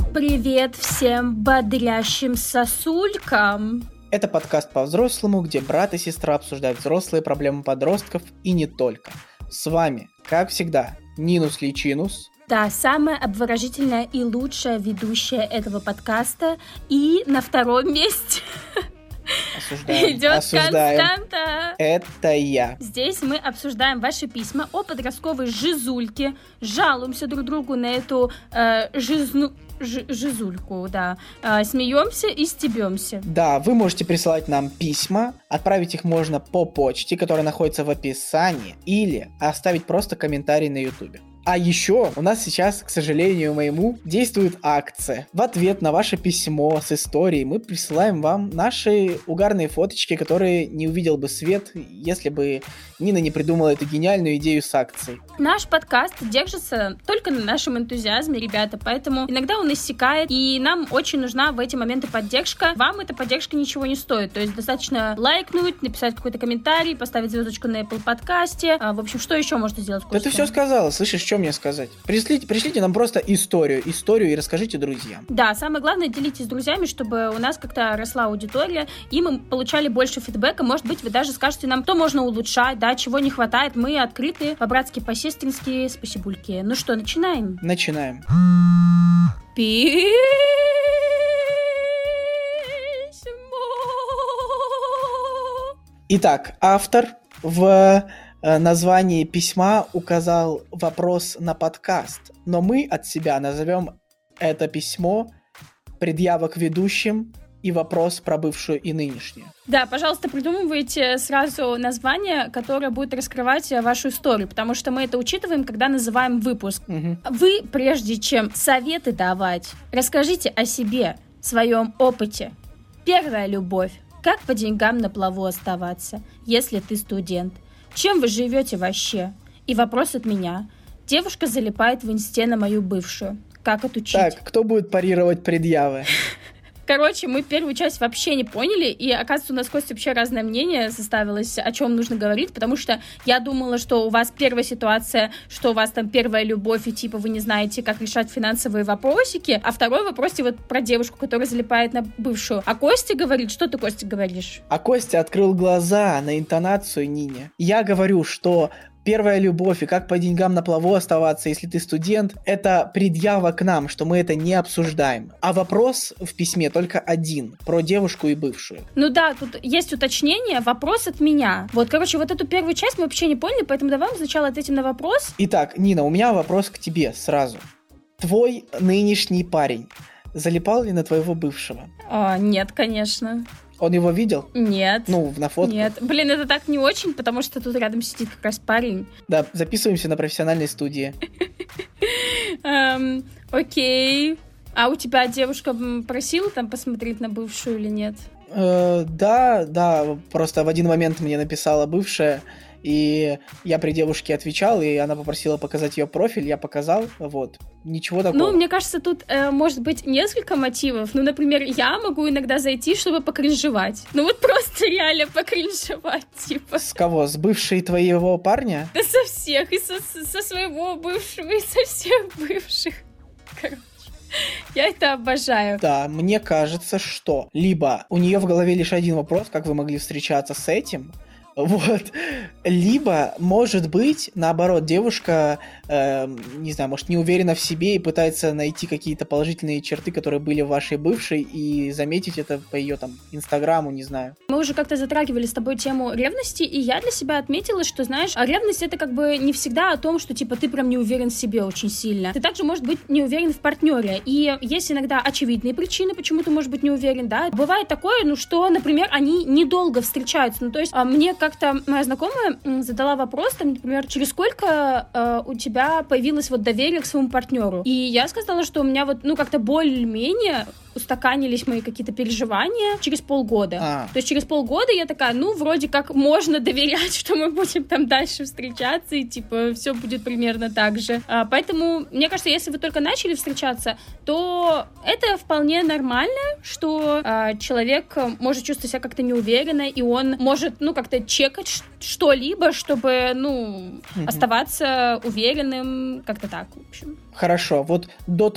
Привет всем бодрящим сосулькам! Это подкаст по-взрослому, где брат и сестра обсуждают взрослые проблемы подростков и не только. С вами, как всегда, Нинус Личинус. Да, самая обворожительная и лучшая ведущая этого подкаста. И на втором месте идет Константа. Это я. Здесь мы обсуждаем ваши письма о подростковой жизульке, жалуемся друг другу на эту жизульку, да. Смеемся и стебемся. Да, вы можете присылать нам письма, отправить их можно по почте, которая находится в описании, или оставить просто комментарий на ютубе. А еще у нас сейчас, к сожалению моему, действует акция. В ответ на ваше письмо с историей мы присылаем вам наши угарные фоточки, которые не увидел бы свет, если бы Нина не придумала эту гениальную идею с акцией. Наш подкаст держится только на нашем энтузиазме, ребята, поэтому иногда он иссякает, и нам очень нужна в эти моменты поддержка. Вам эта поддержка ничего не стоит, то есть достаточно лайкнуть, написать какой-то комментарий, поставить звездочку на Apple подкасте. В общем, что еще можно сделать? Да ты все сказала, слышишь, что мне сказать? Пришлите нам просто историю и расскажите друзьям. Да, самое главное, делитесь с друзьями, чтобы у нас как-то росла аудитория, и мы получали больше фидбэка. Может быть, вы даже скажете нам, что можно улучшать, да, чего не хватает. Мы открыты, по-братски, по-сестрински, спасибульки. Ну что, начинаем? Начинаем. Письмо. Итак, автор в названии письма указал вопрос на подкаст, но мы от себя назовем это письмо «Предъява к ведущим» и вопрос про бывшую и нынешнюю. Да, пожалуйста, придумывайте сразу название, которое будет раскрывать вашу историю, потому что мы это учитываем, когда называем выпуск. Вы, прежде чем советы давать, расскажите о себе, своем опыте. Первая любовь. Как по деньгам на плаву оставаться, если ты студент? Чем вы живете вообще? И вопрос от меня. Девушка залипает в инсте на мою бывшую. Как отучить? Так, кто будет парировать предъявы? Короче, мы первую часть вообще не поняли, и, оказывается, у нас с Костей вообще разное мнение составилось, о чем нужно говорить, потому что я думала, что у вас первая ситуация, что у вас там первая любовь, и типа вы не знаете, как решать финансовые вопросики, а второй вопрос вот про девушку, которая залипает на бывшую. А Костя говорит, что ты, Костя, говоришь? А Костя открыл глаза на интонацию Нине. Я говорю, что первая любовь и как по деньгам на плаву оставаться, если ты студент, это предъява к нам, что мы это не обсуждаем. А вопрос в письме только один, про девушку и бывшую. Ну да, тут есть уточнение, вопрос от меня. Вот, короче, вот эту первую часть мы вообще не поняли, поэтому давай мы сначала ответим на вопрос. Итак, Нина, у меня вопрос к тебе сразу. Твой нынешний парень залипал ли на твоего бывшего? Нет, конечно. Он его видел? Нет. Ну, на фотке? Нет. Блин, это так не очень, потому что тут рядом сидит как раз парень. Да, записываемся на профессиональной студии. Окей. А у тебя девушка просила там посмотреть на бывшую или нет? Да, просто в один момент мне написала бывшая, и я при девушке отвечал, и она попросила показать ее профиль, я показал, вот. Ничего такого. Ну, мне кажется, тут может быть несколько мотивов. Ну, например, я могу иногда зайти, чтобы покринжевать. Ну, вот просто реально покринжевать, типа. С кого? С бывшей твоего парня? Да со всех, и со своего бывшего, и со всех бывших. Короче, я это обожаю. Да, мне кажется, что либо у нее в голове лишь один вопрос, как вы могли встречаться с этим, вот. Либо, может быть, наоборот, девушка, не знаю, может, не уверена в себе и пытается найти какие-то положительные черты, которые были в вашей бывшей, и заметить это по ее там инстаграму, не знаю. Мы уже как-то затрагивали с тобой тему ревности, и я для себя отметила, что, знаешь, ревность — это как бы не всегда о том, что, типа, ты прям не уверен в себе очень сильно. Ты также, может быть, не уверен в партнере. И есть иногда очевидные причины, почему ты, может быть, не уверен, да. Бывает такое, ну, что, например, они недолго встречаются. Ну, то есть мне как-то моя знакомая задала вопрос, там, например, через сколько у тебя появилось вот доверие к своему партнеру. И я сказала, что у меня вот, ну, как-то более-менее устаканились мои какие-то переживания через полгода. То есть через полгода я такая, ну, вроде как можно доверять, что мы будем там дальше встречаться, и, типа, все будет примерно так же. Поэтому, мне кажется, если вы только начали встречаться, то это вполне нормально, что человек может чувствовать себя как-то неуверенно, и он может, ну, как-то чекать что-либо, чтобы, ну, оставаться уверенным, как-то так, в общем. Хорошо, вот до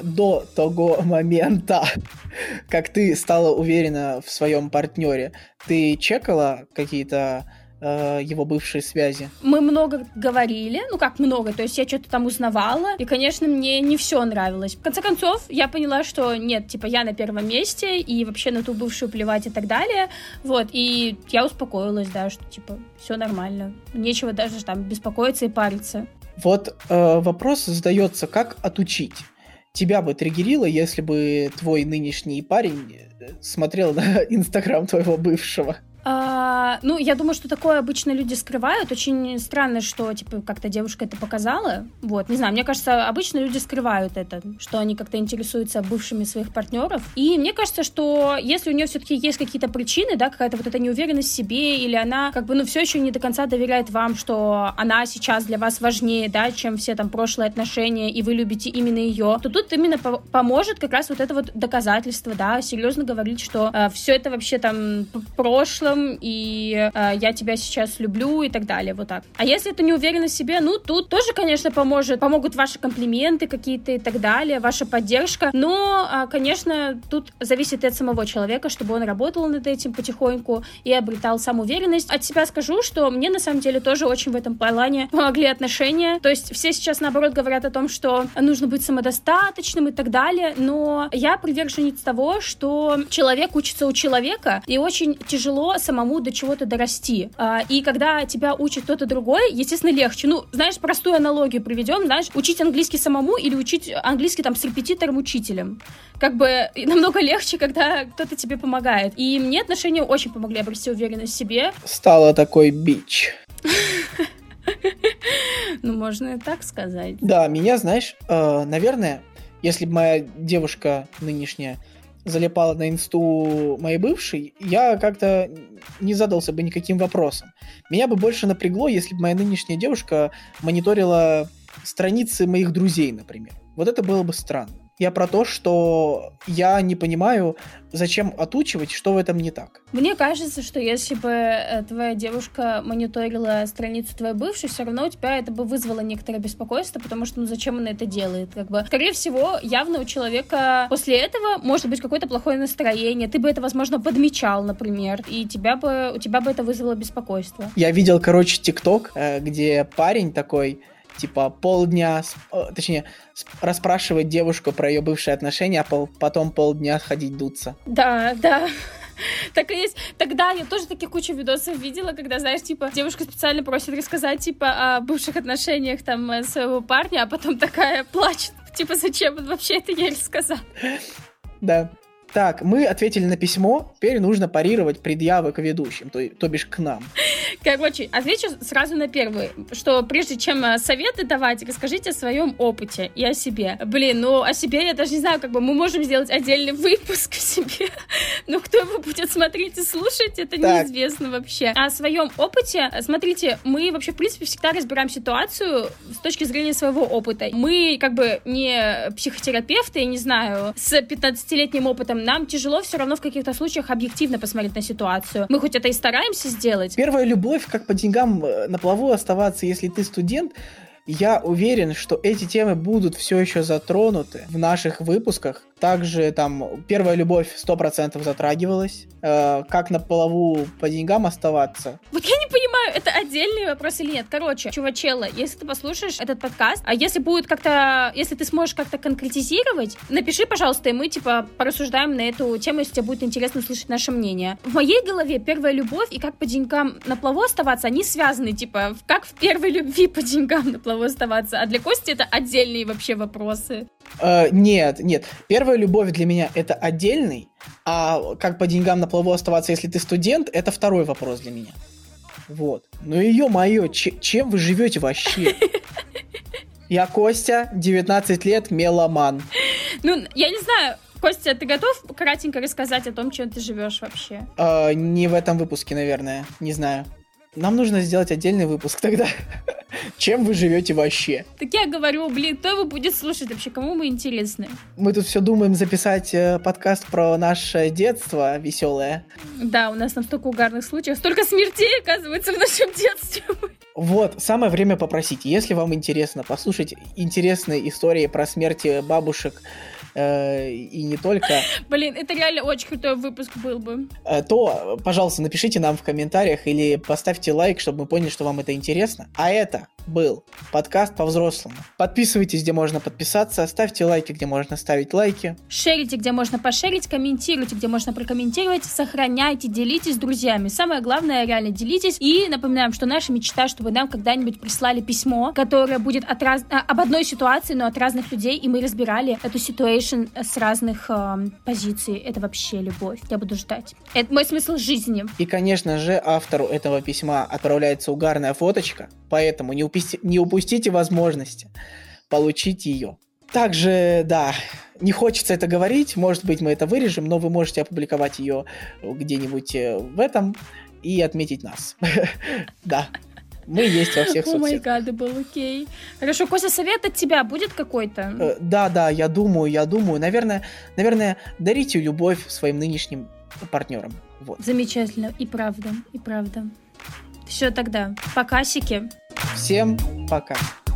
того момента, как ты стала уверена в своем партнере, ты чекала какие-то его бывшие связи? Мы много говорили, ну как много, то есть я что-то там узнавала, и, конечно, мне не все нравилось. В конце концов, я поняла, что нет, типа, я на первом месте, и вообще на ту бывшую плевать и так далее, вот, и я успокоилась, да, что, типа, все нормально, нечего даже там беспокоиться и париться. Вот вопрос задается, как отучить? Тебя бы триггерило, если бы твой нынешний парень смотрел на Инстаграм твоего бывшего? Ну, я думаю, что такое обычно люди скрывают. Очень странно, что, типа, как-то девушка это показала. Вот, не знаю, мне кажется, обычно люди скрывают это, что они как-то интересуются бывшими своих партнеров. И мне кажется, что если у нее все-таки есть какие-то причины, да, какая-то вот эта неуверенность в себе, или она, как бы, ну, все еще не до конца доверяет вам, что она сейчас для вас важнее, да, чем все там прошлые отношения, и вы любите именно ее, то тут именно поможет как раз вот это вот доказательство, да, серьезно говорить, что все это вообще там в прошлом, и я тебя сейчас люблю и так далее, вот так. А если это неуверенность в себе, ну, тут тоже, конечно, помогут ваши комплименты какие-то и так далее, ваша поддержка, но, конечно, тут зависит от самого человека, чтобы он работал над этим потихоньку и обретал самоуверенность. От себя скажу, что мне, на самом деле, тоже очень в этом плане помогли отношения, то есть все сейчас, наоборот, говорят о том, что нужно быть самодостаточным и так далее, но я приверженец того, что человек учится у человека, и очень тяжело самому до чего-то дорасти. И когда тебя учит кто-то другой, естественно, легче. Ну, знаешь, простую аналогию приведем, знаешь, учить английский самому или учить английский там с репетитором-учителем. Как бы намного легче, когда кто-то тебе помогает. И мне отношения очень помогли обрести уверенность в себе. Стала такой бич. Ну, можно и так сказать. Да, меня, знаешь, наверное, если бы моя девушка нынешняя залипала на инсту моей бывшей, я как-то не задался бы никаким вопросом. Меня бы больше напрягло, если бы моя нынешняя девушка мониторила страницы моих друзей, например. Вот это было бы странно. Я про то, что я не понимаю, зачем отучивать, что в этом не так. Мне кажется, что если бы твоя девушка мониторила страницу твоей бывшей, все равно у тебя это бы вызвало некоторое беспокойство, потому что, ну, зачем она это делает? Как бы, скорее всего, явно у человека после этого может быть какое-то плохое настроение, ты бы это, возможно, подмечал, например, и у тебя бы это вызвало беспокойство. Я видел, ТикТок, где парень такой, типа, полдня, точнее, расспрашивать девушку про ее бывшие отношения, а потом полдня ходить дуться. Да. Так и есть. Тогда я тоже таких кучу видосов видела, когда, знаешь, типа, девушка специально просит рассказать, типа, о бывших отношениях, там, своего парня, а потом такая плачет, типа, зачем он вообще это ей рассказал? Да. Так, мы ответили на письмо, теперь нужно парировать предъявы к ведущим, то бишь к нам. Короче, отвечу сразу на первый, что прежде чем советы давать, расскажите о своем опыте и о себе. Блин, ну о себе я даже не знаю, как бы мы можем сделать отдельный выпуск о себе, но кто его будет смотреть и слушать, это неизвестно вообще. А о своем опыте, смотрите, мы вообще, в принципе, всегда разбираем ситуацию с точки зрения своего опыта. Мы как бы не психотерапевты, я не знаю, с 15-летним опытом, нам тяжело все равно в каких-то случаях объективно посмотреть на ситуацию. Мы хоть это и стараемся сделать. Первая любовь, как по деньгам на плаву оставаться, если ты студент, я уверен, что эти темы будут все еще затронуты в наших выпусках. Также там первая любовь 100% затрагивалась. Как на плаву по деньгам оставаться. Вот я не понимаю, это отдельный вопрос или нет. Короче, чувачелла, если ты послушаешь этот подкаст, а если ты сможешь как-то конкретизировать, напиши, пожалуйста, и мы, типа, порассуждаем на эту тему, если тебе будет интересно услышать наше мнение. В моей голове первая любовь и как по деньгам на плаву оставаться, они связаны, типа, как в первой любви по деньгам на плаву оставаться. А для Кости это отдельные вообще вопросы. Нет. Первая любовь для меня это отдельный, а как по деньгам на плаву оставаться, если ты студент, это второй вопрос для меня. Вот. Ну ё-моё, чем вы живете вообще? Я Костя, 19 лет, меломан. Ну, я не знаю, Костя, ты готов кратенько рассказать о том, чем ты живешь вообще? Не в этом выпуске, наверное. Не знаю. Нам нужно сделать отдельный выпуск тогда. Чем вы живете вообще? Так я говорю, кто его будет слушать вообще? Кому мы интересны? Мы тут все думаем записать подкаст про наше детство веселое. Да, у нас там столько угарных случаев, столько смертей, оказывается, в нашем детстве. Вот, самое время попросить, если вам интересно послушать интересные истории про смерти бабушек, и не только. Блин, это реально очень крутой выпуск был бы. То, пожалуйста, напишите нам в комментариях или поставьте лайк, чтобы мы поняли, что вам это интересно. А это был подкаст по-взрослому. Подписывайтесь, где можно подписаться, ставьте лайки, где можно ставить лайки. Шерите, где можно пошерить, комментируйте, где можно прокомментировать, сохраняйте, делитесь с друзьями. Самое главное, реально делитесь. И напоминаем, что наша мечта, чтобы нам когда-нибудь прислали письмо, которое будет об одной ситуации, но от разных людей, и мы разбирали эту ситуацию с разных позиций. Это вообще любовь. Я буду ждать. Это мой смысл жизни. И, конечно же, автору этого письма отправляется угарная фоточка, поэтому не упустите возможности получить ее. Также, да, не хочется это говорить, может быть, мы это вырежем, но вы можете опубликовать ее где-нибудь в этом и отметить нас. Да. Мы есть во всех соцсетях. О май гад, был окей. Хорошо, Костя, совет от тебя будет какой-то? Да, я думаю. Наверное, дарите любовь своим нынешним партнерам. Вот. Замечательно, и правда. Все тогда. Покасики. Всем пока.